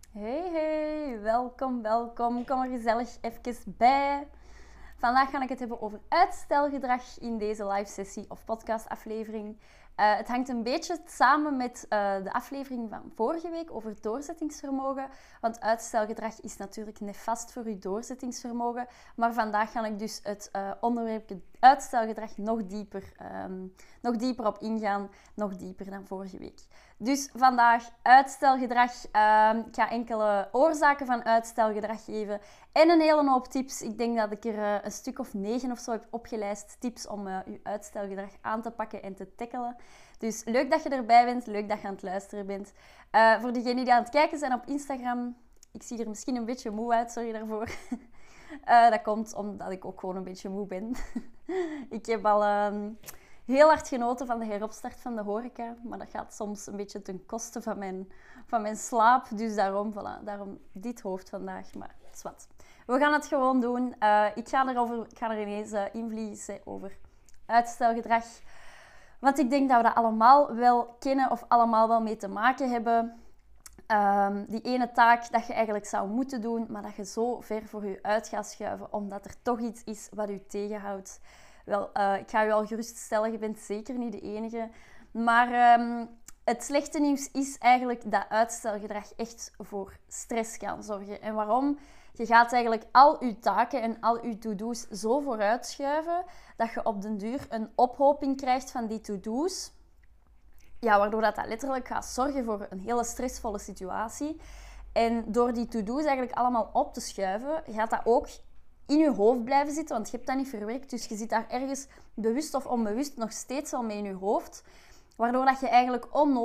Hey, welkom. Kom er gezellig even bij. Vandaag ga ik het hebben over uitstelgedrag in deze live sessie of podcastaflevering. Het hangt een beetje samen met de aflevering van vorige week over doorzettingsvermogen. Want uitstelgedrag is natuurlijk nefast voor je doorzettingsvermogen. Maar vandaag ga ik dus het onderwerp uitstelgedrag nog dieper op ingaan. Nog dieper dan vorige week. Dus vandaag uitstelgedrag. Ik ga enkele oorzaken van uitstelgedrag geven. En een hele hoop tips. Ik denk dat ik er een stuk of 9 of zo heb opgelijst. Tips om je uitstelgedrag aan te pakken en te tackelen. Dus leuk dat je erbij bent. Leuk dat je aan het luisteren bent. Voor diegenen die aan het kijken zijn op Instagram. Ik zie er misschien een beetje moe uit. Sorry daarvoor. Dat komt omdat ik ook gewoon een beetje moe ben. Ik heb al heel hard genoten van de heropstart van de horeca. Maar dat gaat soms een beetje ten koste van mijn slaap. Dus daarom dit hoofd vandaag. Maar het is wat. We gaan het gewoon doen. Ik ga er ineens invliezen over uitstelgedrag. Want ik denk dat we dat allemaal wel kennen of allemaal wel mee te maken hebben. Die ene taak dat je eigenlijk zou moeten doen, maar dat je zo ver voor je uit gaat schuiven, omdat er toch iets is wat je tegenhoudt. Wel, ik ga je al geruststellen, je bent zeker niet de enige. Maar het slechte nieuws is eigenlijk dat uitstelgedrag echt voor stress kan zorgen. En waarom? Je gaat eigenlijk al je taken en al je to-do's zo vooruit schuiven, dat je op den duur een ophoping krijgt van die to-do's. Ja, waardoor dat letterlijk gaat zorgen voor een hele stressvolle situatie. En door die to-do's eigenlijk allemaal op te schuiven, gaat dat ook in je hoofd blijven zitten, want je hebt dat niet verwerkt. Dus je zit daar ergens bewust of onbewust nog steeds wel mee in je hoofd. Waardoor dat je eigenlijk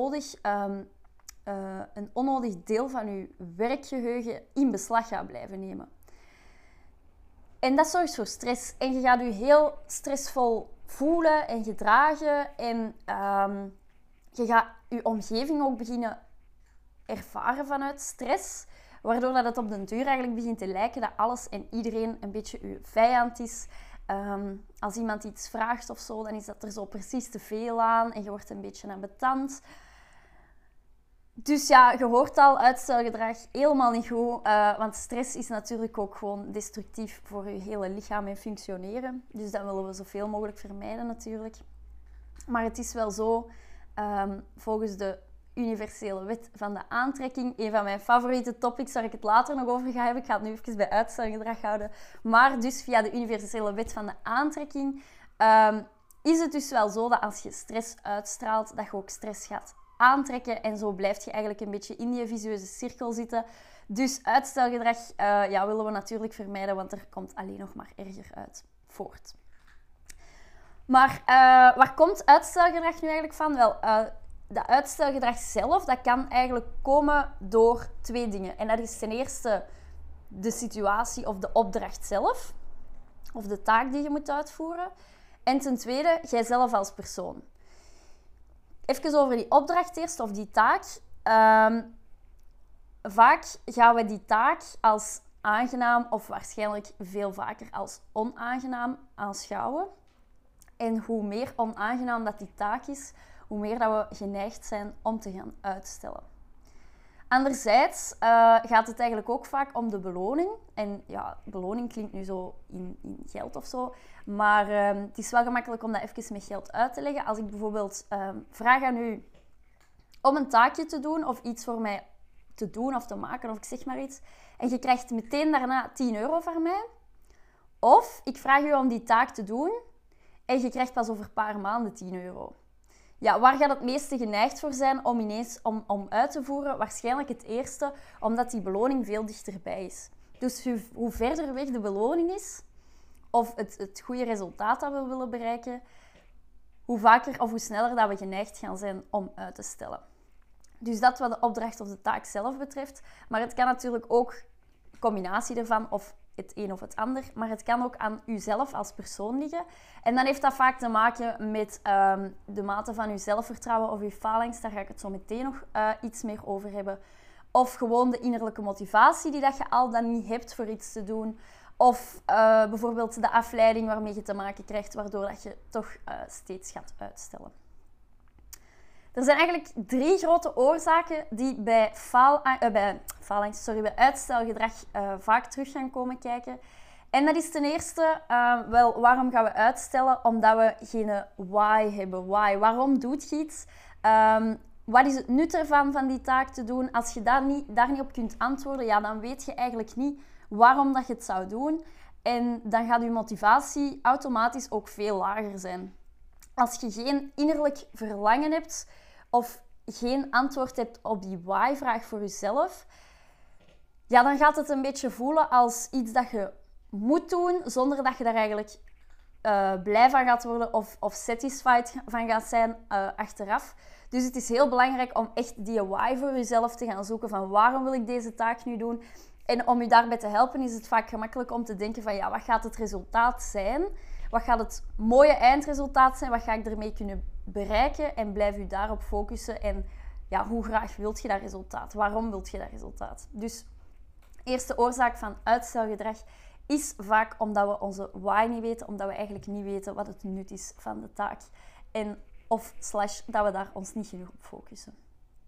een onnodig deel van je werkgeheugen in beslag gaat blijven nemen. En dat zorgt voor stress. En je gaat je heel stressvol voelen en gedragen. En je gaat je omgeving ook beginnen ervaren vanuit stress. Waardoor dat het op den duur eigenlijk begint te lijken dat alles en iedereen een beetje je vijand is. Als iemand iets vraagt of zo, dan is dat er zo precies te veel aan. En je wordt een beetje ambetant. Dus ja, je hoort al, uitstelgedrag helemaal niet goed. Want stress is natuurlijk ook gewoon destructief voor je hele lichaam en functioneren. Dus dat willen we zoveel mogelijk vermijden natuurlijk. Maar het is wel zo, volgens de universele wet van de aantrekking, een van mijn favoriete topics waar ik het later nog over ga hebben. Ik ga het nu even bij uitstelgedrag houden. Maar dus via de universele wet van de aantrekking is het dus wel zo dat als je stress uitstraalt, dat je ook stress gaat aantrekken. En zo blijf je eigenlijk een beetje in die visueuze cirkel zitten. Dus uitstelgedrag willen we natuurlijk vermijden, want er komt alleen nog maar erger uit voort. Maar waar komt uitstelgedrag nu eigenlijk van? Wel, dat uitstelgedrag zelf, dat kan eigenlijk komen door 2 dingen. En dat is ten eerste de situatie of de opdracht zelf. Of de taak die je moet uitvoeren. En ten tweede, jijzelf als persoon. Even over die opdracht eerst, of die taak. Vaak gaan we die taak als aangenaam, of waarschijnlijk veel vaker als onaangenaam aanschouwen. En hoe meer onaangenaam dat die taak is, hoe meer dat we geneigd zijn om te gaan uitstellen. Anderzijds gaat het eigenlijk ook vaak om de beloning. En ja, beloning klinkt nu zo in geld of zo. Maar het is wel gemakkelijk om dat even met geld uit te leggen. Als ik bijvoorbeeld vraag aan u om een taakje te doen of iets voor mij te doen of te maken of ik zeg maar iets. En je krijgt meteen daarna 10 euro van mij. Of ik vraag u om die taak te doen en je krijgt pas over een paar maanden 10 euro. Ja, waar gaat het meeste geneigd voor zijn om ineens om uit te voeren? Waarschijnlijk het eerste, omdat die beloning veel dichterbij is. Dus hoe verder weg de beloning is, of het goede resultaat dat we willen bereiken, hoe vaker of hoe sneller dat we geneigd gaan zijn om uit te stellen. Dus dat wat de opdracht of de taak zelf betreft. Maar het kan natuurlijk ook een combinatie ervan of het een of het ander. Maar het kan ook aan uzelf als persoon liggen. En dan heeft dat vaak te maken met de mate van uw zelfvertrouwen of uw falangst. Daar ga ik het zo meteen nog iets meer over hebben. Of gewoon de innerlijke motivatie die dat je al dan niet hebt voor iets te doen. Of bijvoorbeeld de afleiding waarmee je te maken krijgt, waardoor dat je toch steeds gaat uitstellen. Er zijn eigenlijk 3 grote oorzaken die bij bij uitstelgedrag vaak terug gaan komen kijken. En dat is ten eerste, waarom gaan we uitstellen? Omdat we geen why hebben. Why? Waarom doet je iets? Wat is het nut ervan van die taak te doen? Als je daar niet op kunt antwoorden, ja, dan weet je eigenlijk niet waarom dat je het zou doen. En dan gaat je motivatie automatisch ook veel lager zijn. Als je geen innerlijk verlangen hebt of geen antwoord hebt op die why-vraag voor jezelf, ja, dan gaat het een beetje voelen als iets dat je moet doen, zonder dat je daar eigenlijk blij van gaat worden of satisfied van gaat zijn achteraf. Dus het is heel belangrijk om echt die why voor jezelf te gaan zoeken van waarom wil ik deze taak nu doen? En om je daarbij te helpen is het vaak gemakkelijk om te denken van ja, wat gaat het resultaat zijn? Wat gaat het mooie eindresultaat zijn? Wat ga ik ermee kunnen bereiken? En blijf je daarop focussen. En ja, hoe graag wilt je dat resultaat? Waarom wilt je dat resultaat? Dus eerste oorzaak van uitstelgedrag is vaak omdat we onze why niet weten. Omdat we eigenlijk niet weten wat het nut is van de taak. Dat we daar ons niet genoeg op focussen.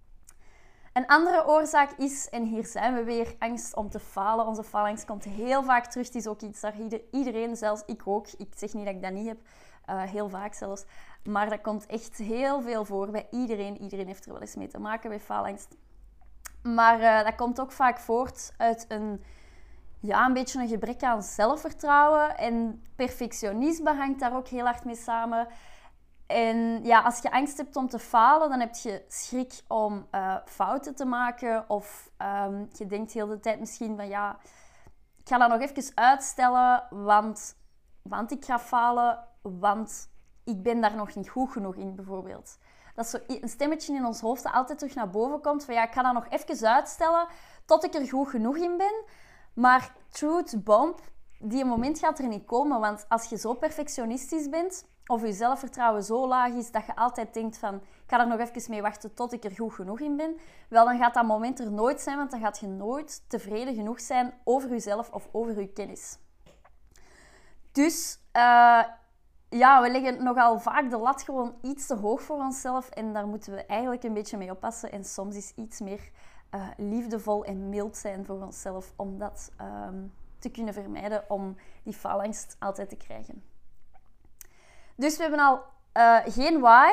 Een andere oorzaak is, en hier zijn we weer, angst om te falen. Onze faalangst komt heel vaak terug. Het is ook iets dat iedereen, zelfs ik ook, ik zeg niet dat ik dat niet heb, heel vaak zelfs, maar dat komt echt heel veel voor bij iedereen. Iedereen heeft er wel eens mee te maken bij faalangst. Maar dat komt ook vaak voort uit een beetje een gebrek aan zelfvertrouwen. En perfectionisme hangt daar ook heel hard mee samen. En ja, als je angst hebt om te falen, dan heb je schrik om fouten te maken. Of je denkt heel de tijd misschien van ja, ik ga dat nog even uitstellen, want ik ga falen, want ik ben daar nog niet goed genoeg in, bijvoorbeeld. Dat is zo een stemmetje in ons hoofd dat altijd terug naar boven komt van ja, ik ga dat nog even uitstellen tot ik er goed genoeg in ben. Maar truth bomb, die moment gaat er niet komen, want als je zo perfectionistisch bent of je zelfvertrouwen zo laag is dat je altijd denkt van ik ga er nog even mee wachten tot ik er goed genoeg in ben, wel dan gaat dat moment er nooit zijn, want dan gaat je nooit tevreden genoeg zijn over jezelf of over je kennis. Dus we leggen nogal vaak de lat gewoon iets te hoog voor onszelf en daar moeten we eigenlijk een beetje mee oppassen en soms is iets meer liefdevol en mild zijn voor onszelf om dat te kunnen vermijden, om die faalangst altijd te krijgen. Dus we hebben al geen why,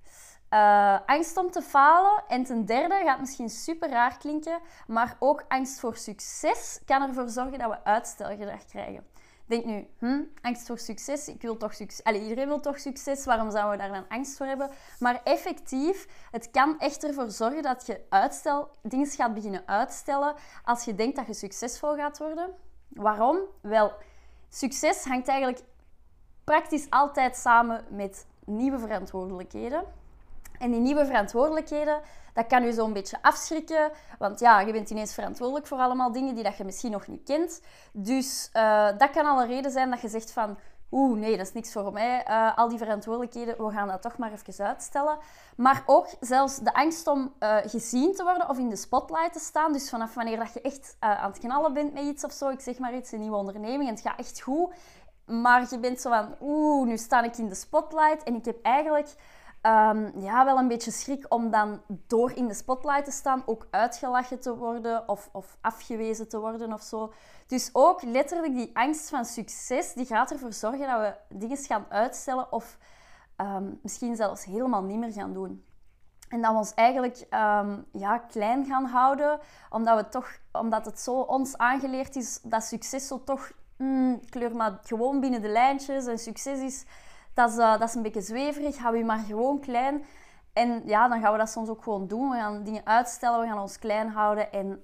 angst om te falen en ten derde, gaat misschien super raar klinken, maar ook angst voor succes kan ervoor zorgen dat we uitstelgedrag krijgen. Denk nu, angst voor succes, ik wil toch succes. Iedereen wil toch succes, waarom zouden we daar dan angst voor hebben? Maar effectief, het kan echt ervoor zorgen dat je dingen gaat beginnen uitstellen als je denkt dat je succesvol gaat worden. Waarom? Wel, succes hangt eigenlijk praktisch altijd samen met nieuwe verantwoordelijkheden. En die nieuwe verantwoordelijkheden, dat kan je zo'n beetje afschrikken. Want ja, je bent ineens verantwoordelijk voor allemaal dingen die dat je misschien nog niet kent. Dus dat kan al een reden zijn dat je zegt van nee, dat is niks voor mij. Al die verantwoordelijkheden, we gaan dat toch maar even uitstellen. Maar ook zelfs de angst om gezien te worden of in de spotlight te staan. Dus vanaf wanneer dat je echt aan het knallen bent met iets of zo, ik zeg maar iets, een nieuwe onderneming en het gaat echt goed. Maar je bent zo van, nu sta ik in de spotlight en ik heb eigenlijk wel een beetje schrik om dan door in de spotlight te staan ook uitgelachen te worden of afgewezen te worden of zo. Dus ook letterlijk die angst van succes, die gaat ervoor zorgen dat we dingen gaan uitstellen of misschien zelfs helemaal niet meer gaan doen. En dat we ons eigenlijk klein gaan houden, omdat het zo ons aangeleerd is dat succes zo toch kleur maar gewoon binnen de lijntjes. En succes is, dat is een beetje zweverig. Hou je maar gewoon klein. En ja, dan gaan we dat soms ook gewoon doen. We gaan dingen uitstellen, we gaan ons klein houden en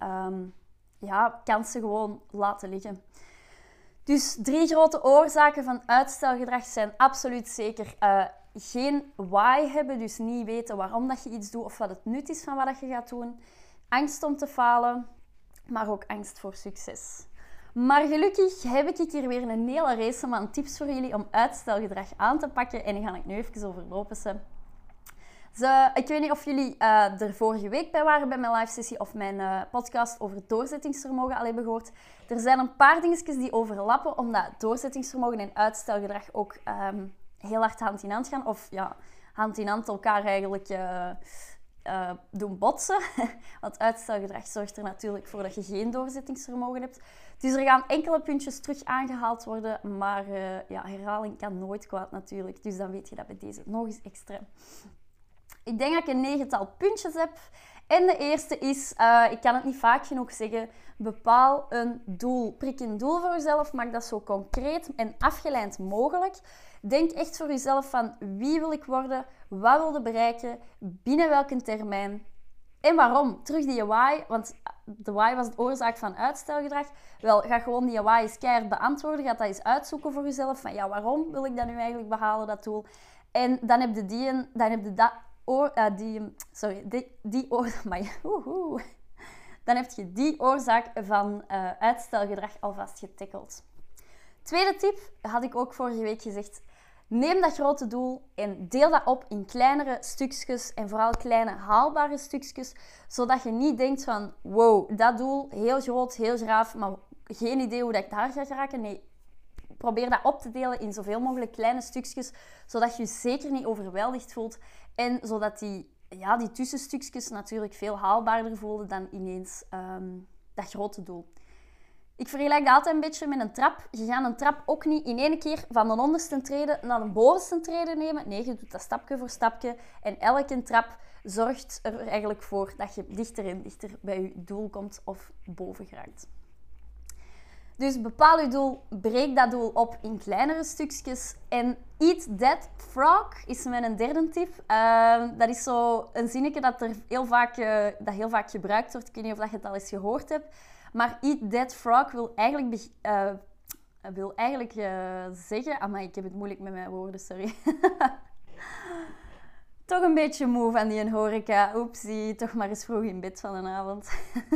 kansen gewoon laten liggen. Dus 3 grote oorzaken van uitstelgedrag zijn absoluut zeker geen why hebben, dus niet weten waarom dat je iets doet of wat het nut is van wat dat je gaat doen. Angst om te falen, maar ook angst voor succes. Maar gelukkig heb ik hier weer een hele race aan tips voor jullie om uitstelgedrag aan te pakken. En die ga ik nu even overlopen. Ik weet niet of jullie er vorige week bij waren bij mijn live sessie of mijn podcast over doorzettingsvermogen al hebben gehoord. Er zijn een paar dingetjes die overlappen, omdat doorzettingsvermogen en uitstelgedrag ook heel hard hand in hand gaan. Of ja, hand in hand elkaar eigenlijk doen botsen. Want uitstelgedrag zorgt er natuurlijk voor dat je geen doorzettingsvermogen hebt. Dus er gaan enkele puntjes terug aangehaald worden. Maar herhaling kan nooit kwaad natuurlijk. Dus dan weet je dat bij deze nog eens extra. Ik denk dat ik een 9-tal puntjes heb. En de eerste is, ik kan het niet vaak genoeg zeggen, bepaal een doel. Prik een doel voor jezelf, maak dat zo concreet en afgeleid mogelijk. Denk echt voor jezelf van wie wil ik worden, wat wil je bereiken, binnen welke termijn en waarom. Terug die why, want de why was de oorzaak van uitstelgedrag. Wel, ga gewoon die why eens keihard beantwoorden, ga dat eens uitzoeken voor jezelf. Van ja, waarom wil ik dat nu eigenlijk behalen, dat doel? En dan heb je Dan heb je die oorzaak van uitstelgedrag alvast getackeld. Tweede tip, had ik ook vorige week gezegd. Neem dat grote doel en deel dat op in kleinere stukjes en vooral kleine haalbare stukjes, zodat je niet denkt van wow, dat doel, heel groot, heel graaf, maar geen idee hoe dat ik daar ga geraken. Nee, probeer dat op te delen in zoveel mogelijk kleine stukjes, zodat je je zeker niet overweldigd voelt en zodat die tussenstukjes natuurlijk veel haalbaarder voelen dan ineens dat grote doel. Ik vergelijk dat altijd een beetje met een trap. Je gaat een trap ook niet in één keer van de onderste trede naar de bovenste trede nemen. Nee, je doet dat stapje voor stapje. En elke trap zorgt er eigenlijk voor dat je dichter en dichter bij je doel komt of boven geraakt. Dus bepaal je doel, breek dat doel op in kleinere stukjes. En eat that frog is mijn derde tip. Dat is zo een zinnetje dat heel vaak gebruikt wordt. Ik weet niet of je het al eens gehoord hebt. Maar eat that frog wil eigenlijk zeggen... Amai, ik heb het moeilijk met mijn woorden, sorry. Toch een beetje moe van die horeca. Oepsie, toch maar eens vroeg in bed van een avond.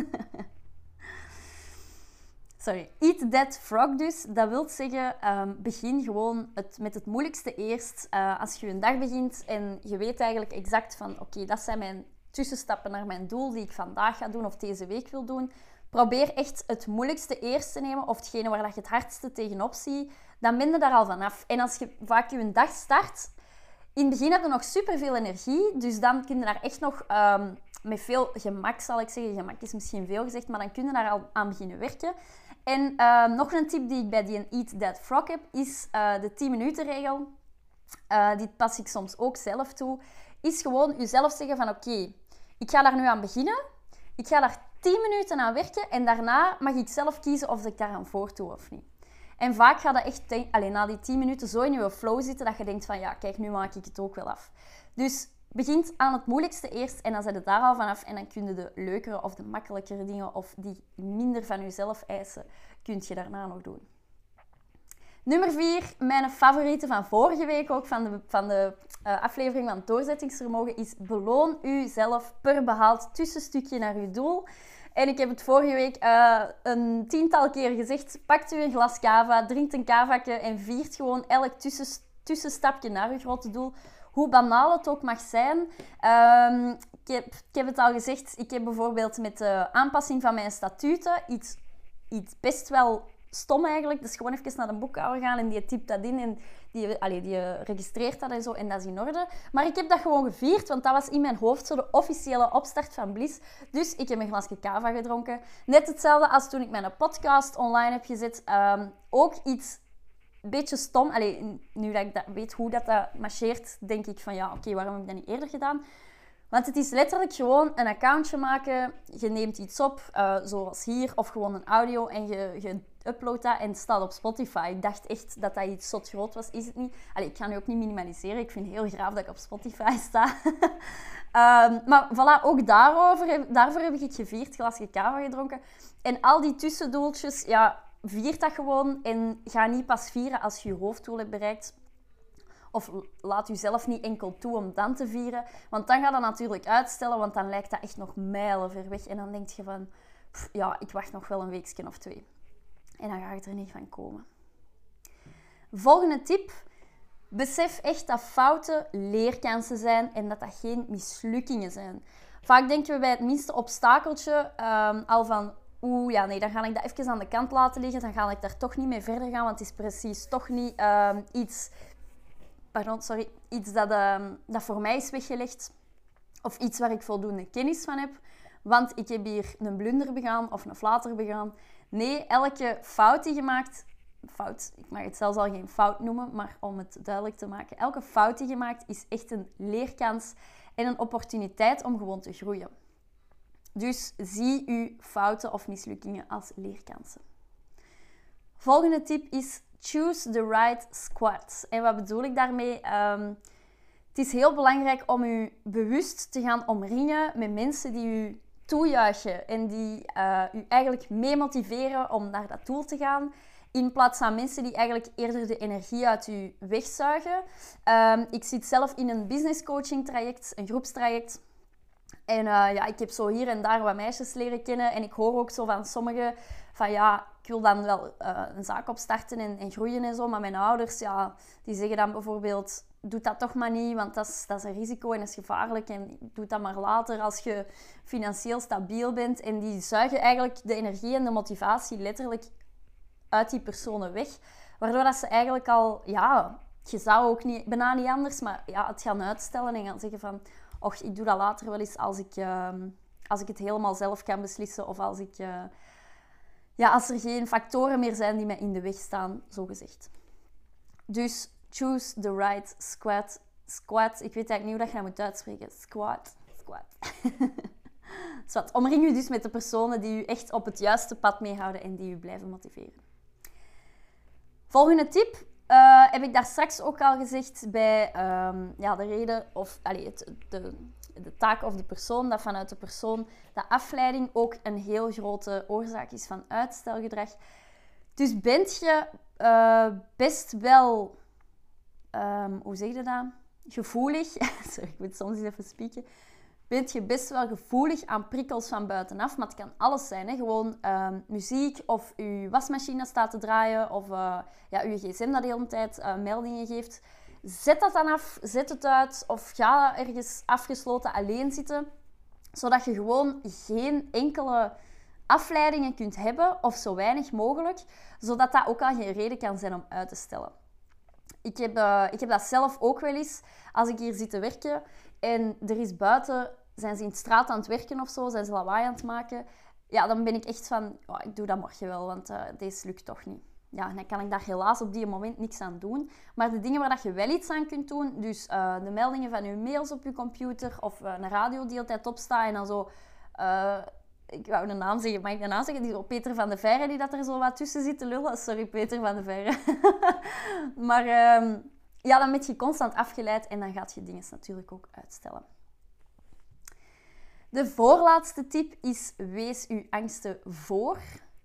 Sorry, eat that frog dus. Dat wil zeggen, begin gewoon met het moeilijkste eerst. Als je een dag begint en je weet eigenlijk exact van... Oké, dat zijn mijn tussenstappen naar mijn doel die ik vandaag ga doen of deze week wil doen. Probeer echt het moeilijkste eerst te nemen of hetgene waar je het hardste tegenop ziet. Dan ben je daar al vanaf. En als je vaak je dag start... In het begin heb je nog superveel energie. Dus dan kun je daar echt nog met veel gemak, zal ik zeggen. Gemak is misschien veel gezegd, maar dan kun je daar al aan beginnen werken. En nog een tip die ik bij die Eat That Frog heb, is de 10-minuten regel. Die pas ik soms ook zelf toe. Is gewoon jezelf zeggen van oké, ik ga daar nu aan beginnen. Ik ga daar 10 minuten aan werken en daarna mag ik zelf kiezen of ik daar aan voortdoe of niet. En vaak gaat dat echt na die 10 minuten zo in je flow zitten dat je denkt van ja, kijk, nu maak ik het ook wel af. Dus begint aan het moeilijkste eerst en dan zet het daar al vanaf en dan kun je de leukere of de makkelijkere dingen of die minder van jezelf eisen, kun je daarna nog doen. Nummer 4, mijn favoriete van vorige week ook, van de aflevering van het doorzettingsvermogen, is beloon uzelf per behaald tussenstukje naar je doel. En ik heb het vorige week een 10-tal keer gezegd. Pakt u een glas cava, drinkt een cavaatje en viert gewoon elk tussenstapje naar uw grote doel. Hoe banaal het ook mag zijn. Ik heb het al gezegd, ik heb bijvoorbeeld met de aanpassing van mijn statuten iets best wel stom eigenlijk. Dus gewoon even naar de boekhouder gaan en die typt dat in en die registreert dat en zo en dat is in orde. Maar ik heb dat gewoon gevierd, want dat was in mijn hoofd zo de officiële opstart van Bliss. Dus ik heb een glasje cava gedronken. Net hetzelfde als toen ik mijn podcast online heb gezet. Ook iets een beetje stom. Nu dat ik weet hoe dat marcheert, denk ik van ja, oké, waarom heb ik dat niet eerder gedaan? Want het is letterlijk gewoon een accountje maken. Je neemt iets op, zoals hier, of gewoon een audio en je uploadt dat en het staat op Spotify. Ik dacht echt dat dat iets zot groot was. Is het niet? Ik ga nu ook niet minimaliseren. Ik vind het heel graaf dat ik op Spotify sta. Maar voilà, ook daarvoor heb ik het gevierd, glasje cava gedronken. En al die tussendoeltjes, ja, vier dat gewoon en ga niet pas vieren als je je hoofddoel hebt bereikt. Of laat jezelf niet enkel toe om dan te vieren. Want dan ga je dat natuurlijk uitstellen, want dan lijkt dat echt nog mijlen ver weg. En dan denk je van, ja, ik wacht nog wel een weekje of 2. En dan gaat het er niet van komen. Volgende tip. Besef echt dat fouten leerkansen zijn en dat dat geen mislukkingen zijn. Vaak denken we bij het minste obstakeltje al van... dan ga ik dat even aan de kant laten liggen. Dan ga ik daar toch niet mee verder gaan, want het is precies toch niet iets dat voor mij is weggelegd. Of iets waar ik voldoende kennis van heb. Want ik heb hier een blunder begaan of een flater begaan. Nee, elke fout die je maakt... Ik mag het zelfs al geen fout noemen, maar om het duidelijk te maken. Elke fout die je maakt is echt een leerkans en een opportuniteit om gewoon te groeien. Dus zie uw fouten of mislukkingen als leerkansen. Volgende tip is choose the right squat. En wat bedoel ik daarmee? Het is heel belangrijk om u bewust te gaan omringen met mensen die u toejuichen en die u eigenlijk mee motiveren om naar dat doel te gaan. In plaats van mensen die eigenlijk eerder de energie uit u wegzuigen. Ik zit zelf in een business coaching traject, een groepstraject. En ik heb zo hier en daar wat meisjes leren kennen. En ik hoor ook zo van sommigen van ja, ik wil dan wel een zaak opstarten en groeien en zo. Maar mijn ouders, ja, die zeggen dan bijvoorbeeld, doe dat toch maar niet, want dat is een risico en dat is gevaarlijk. En doe dat maar later als je financieel stabiel bent. En die zuigen eigenlijk de energie en de motivatie letterlijk uit die personen weg. Waardoor dat ze eigenlijk al, ja, je zou ook niet, bijna niet anders, maar ja, het gaan uitstellen en gaan zeggen van, och, ik doe dat later wel eens als ik het helemaal zelf kan beslissen of als er geen factoren meer zijn die mij in de weg staan, zogezegd. Dus choose the right squat. Squat, ik weet eigenlijk niet hoe dat je dat moet uitspreken. Squat. Zwat. Omring u dus met de personen die u echt op het juiste pad meehouden en die u blijven motiveren. Volgende tip heb ik daar straks ook al gezegd bij de reden of de taak of de persoon, dat vanuit de persoon de afleiding ook een heel grote oorzaak is van uitstelgedrag. Dus bent je best wel, hoe zeg je dat? Gevoelig. Sorry, ik moet soms eens even spieken. Bent je best wel gevoelig aan prikkels van buitenaf. Maar het kan alles zijn. Hè? Gewoon muziek of je wasmachine staat te draaien. Of je gsm dat de hele tijd meldingen geeft. Zet dat dan af. Zet het uit. Of ga ergens afgesloten alleen zitten. Zodat je gewoon geen enkele afleidingen kunt hebben. Of zo weinig mogelijk. Zodat dat ook al geen reden kan zijn om uit te stellen. Ik heb dat zelf ook wel eens. Als ik hier zit te werken en er is buiten, zijn ze in de straat aan het werken of zo, zijn ze lawaai aan het maken. Ja, dan ben ik echt van, oh, ik doe dat morgen wel, want deze lukt toch niet. Ja, dan kan ik daar helaas op die moment niks aan doen. Maar de dingen waar dat je wel iets aan kunt doen, dus de meldingen van je mails op je computer of een radio die de hele tijd opstaat en dan zo... ik wou een naam zeggen, mag ik de naam zeggen? Die Peter van de Verre, die dat er zo wat tussen zit te lullen. Sorry, Peter van de Verre. Maar dan ben je constant afgeleid en dan gaat je dingen natuurlijk ook uitstellen. De voorlaatste tip is, wees uw angsten voor.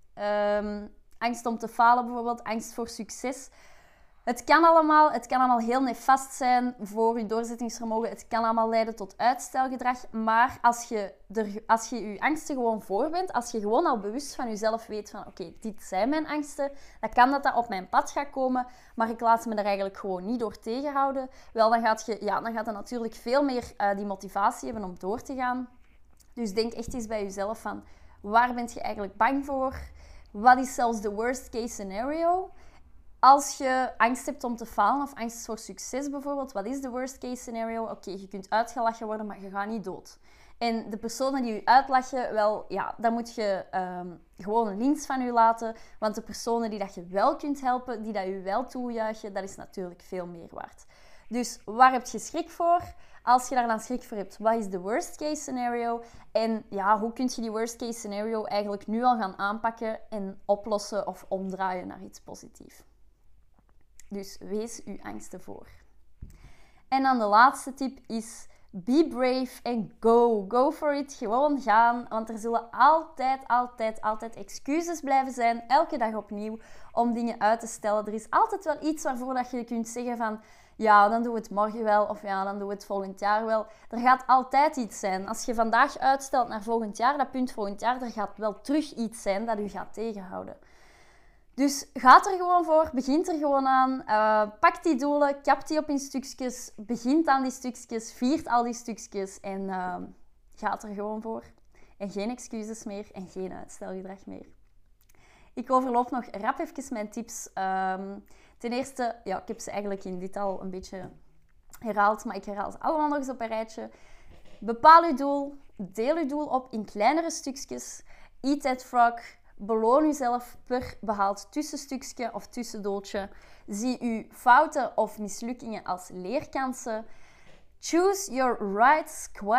Angst om te falen bijvoorbeeld, angst voor succes. Het kan allemaal heel nefast zijn voor je doorzettingsvermogen. Het kan allemaal leiden tot uitstelgedrag. Maar als je je angsten gewoon voor bent, als je gewoon al bewust van jezelf weet van oké, dit zijn mijn angsten, dan kan dat op mijn pad gaat komen, maar ik laat me er eigenlijk gewoon niet door tegenhouden. Wel, dan gaat je natuurlijk veel meer die motivatie hebben om door te gaan. Dus denk echt eens bij jezelf van, waar ben je eigenlijk bang voor? Wat is zelfs de worst case scenario? Als je angst hebt om te falen of angst voor succes bijvoorbeeld, wat is de worst case scenario? Oké, je kunt uitgelachen worden, maar je gaat niet dood. En de personen die je uitlachen, wel, ja, dan moet je gewoon links van je laten. Want de personen die dat je wel kunt helpen, die dat je wel toejuichen, dat is natuurlijk veel meer waard. Dus waar heb je schrik voor? Als je daar dan schrik voor hebt, wat is de worst case scenario? En ja, hoe kun je die worst case scenario eigenlijk nu al gaan aanpakken en oplossen of omdraaien naar iets positiefs? Dus wees uw angsten voor. En dan de laatste tip is, be brave and go. Go for it. Gewoon gaan. Want er zullen altijd excuses blijven zijn. Elke dag opnieuw om dingen uit te stellen. Er is altijd wel iets waarvoor dat je kunt zeggen van, ja, dan doen we het morgen wel. Of ja, dan doen we het volgend jaar wel. Er gaat altijd iets zijn. Als je vandaag uitstelt naar volgend jaar, dat punt volgend jaar, er gaat wel terug iets zijn dat u gaat tegenhouden. Dus ga er gewoon voor, begint er gewoon aan, pak die doelen, kap die op in stukjes, begint aan die stukjes, viert al die stukjes en ga er gewoon voor. En geen excuses meer en geen uitstelgedrag meer. Ik overloop nog rap even mijn tips. Ten eerste, ja, ik heb ze eigenlijk in dit al een beetje herhaald, maar ik herhaal ze allemaal nog eens op een rijtje. Bepaal uw doel. Deel uw doel op in kleinere stukjes. Eat that frog. Beloon uzelf per behaald tussenstukje of tussendoeltje. Zie uw fouten of mislukkingen als leerkansen. Choose your right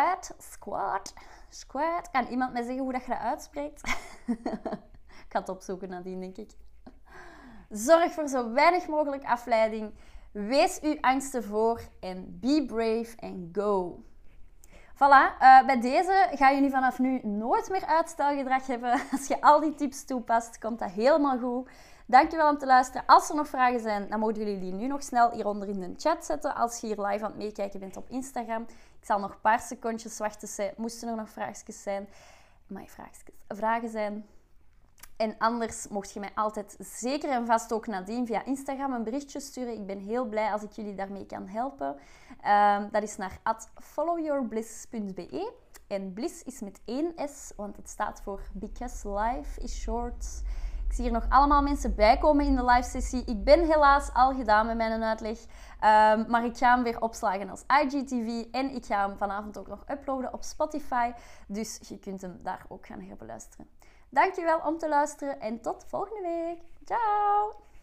squad. Kan iemand mij zeggen hoe dat je dat uitspreekt? Ik ga het opzoeken nadien, denk ik. Zorg voor zo weinig mogelijk afleiding. Wees uw angsten voor en be brave and go. Voilà, bij deze ga je nu vanaf nu nooit meer uitstelgedrag hebben. Als je al die tips toepast, komt dat helemaal goed. Dankjewel om te luisteren. Als er nog vragen zijn, dan mogen jullie die nu nog snel hieronder in de chat zetten. Als je hier live aan het meekijken bent op Instagram. Ik zal nog een paar secondjes wachten. Moesten er nog vraagjes zijn. Vragen zijn. En anders mocht je mij altijd zeker en vast ook nadien via Instagram een berichtje sturen. Ik ben heel blij als ik jullie daarmee kan helpen. Dat is naar @followyourbliss.be. En bliss is met 1 S, want het staat voor Because Life is Short. Ik zie hier nog allemaal mensen bijkomen in de live sessie. Ik ben helaas al gedaan met mijn uitleg. Maar ik ga hem weer opslagen als IGTV. En ik ga hem vanavond ook nog uploaden op Spotify. Dus je kunt hem daar ook gaan herbeluisteren. Dankjewel om te luisteren en tot volgende week. Ciao!